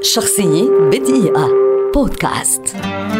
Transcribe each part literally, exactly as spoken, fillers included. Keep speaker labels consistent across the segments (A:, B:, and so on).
A: شخصية بدقيقة بودكاست.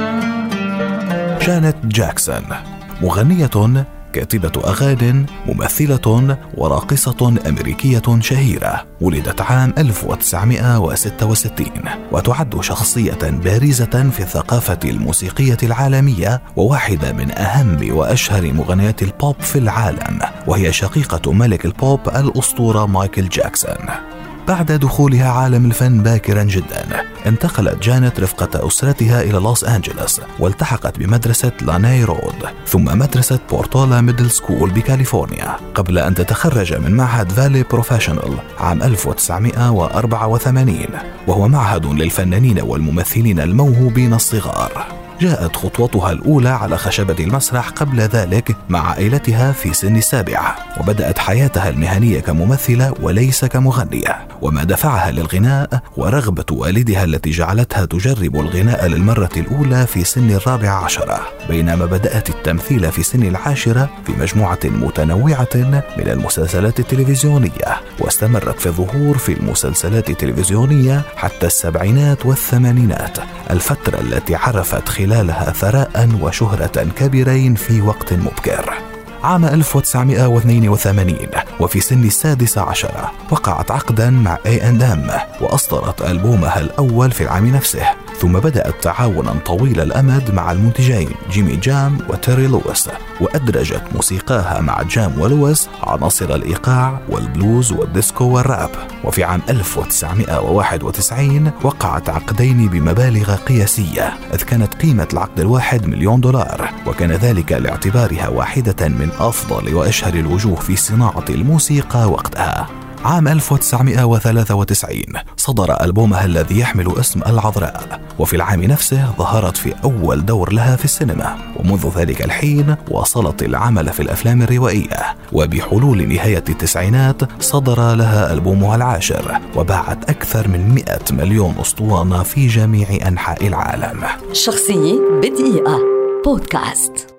B: جانيت جاكسون مغنية، كاتبة أغاني، ممثلة وراقصة أمريكية شهيرة. ولدت عام ألف وتسعمائة وستة وستين وتعد شخصية بارزة في الثقافة الموسيقية العالمية، وواحدة من أهم وأشهر مغنيات البوب في العالم، وهي شقيقة ملك البوب الأسطورة مايكل جاكسون. بعد دخولها عالم الفن باكرا جدا، انتقلت جانيت رفقة أسرتها إلى لوس أنجلوس، والتحقت بمدرسة لاناي رود ثم مدرسة بورتولا ميدل سكول بكاليفورنيا، قبل أن تتخرج من معهد فالي بروفيشنال عام ألف وتسعمائة وأربعة وثمانين، وهو معهد للفنانين والممثلين الموهوبين الصغار. جاءت خطوتها الأولى على خشبة المسرح قبل ذلك مع عائلتها في سن السابعة، وبدأت حياتها المهنية كممثلة وليس كمغنية. وما دفعها للغناء ورغبة والدها التي جعلتها تجرب الغناء للمرة الأولى في سن الرابعة عشرة، بينما بدأت التمثيل في سن العاشرة في مجموعة متنوعة من المسلسلات التلفزيونية، واستمرت في الظهور في المسلسلات التلفزيونية حتى السبعينات والثمانينات، الفترة التي عرفت خلالها ثراء وشهرة كبيرين في وقت مبكر. عام ألف وتسعمائة واثنين وثمانين وفي سن السادسة عشرة وقعت عقدا مع إيه أند إم وأصدرت ألبومها الأول في العام نفسه، ثم بدأت تعاونا طويل الأمد مع المنتجين جيمي جام وتيري لويس، وأدرجت موسيقاها مع جام ولويس عناصر الإيقاع والبلوز والديسكو والراب. وفي عام ألف وتسعمائة وواحد وتسعين وقعت عقدين بمبالغ قياسية، إذ كانت قيمة العقد الواحد مليون دولار، وكان ذلك لاعتبارها واحدة من أفضل وأشهر الوجوه في صناعة الموسيقى وقتها. عام ألف وتسعمائة وثلاثة وتسعين صدر ألبومها الذي يحمل اسم العذراء، وفي العام نفسه ظهرت في أول دور لها في السينما، ومنذ ذلك الحين واصلت العمل في الأفلام الروائية. وبحلول نهاية التسعينات صدر لها ألبومها العاشر، وباعت أكثر من مئة مليون أسطوانة في جميع أنحاء العالم.
A: شخصية بدقيقة بودكاست.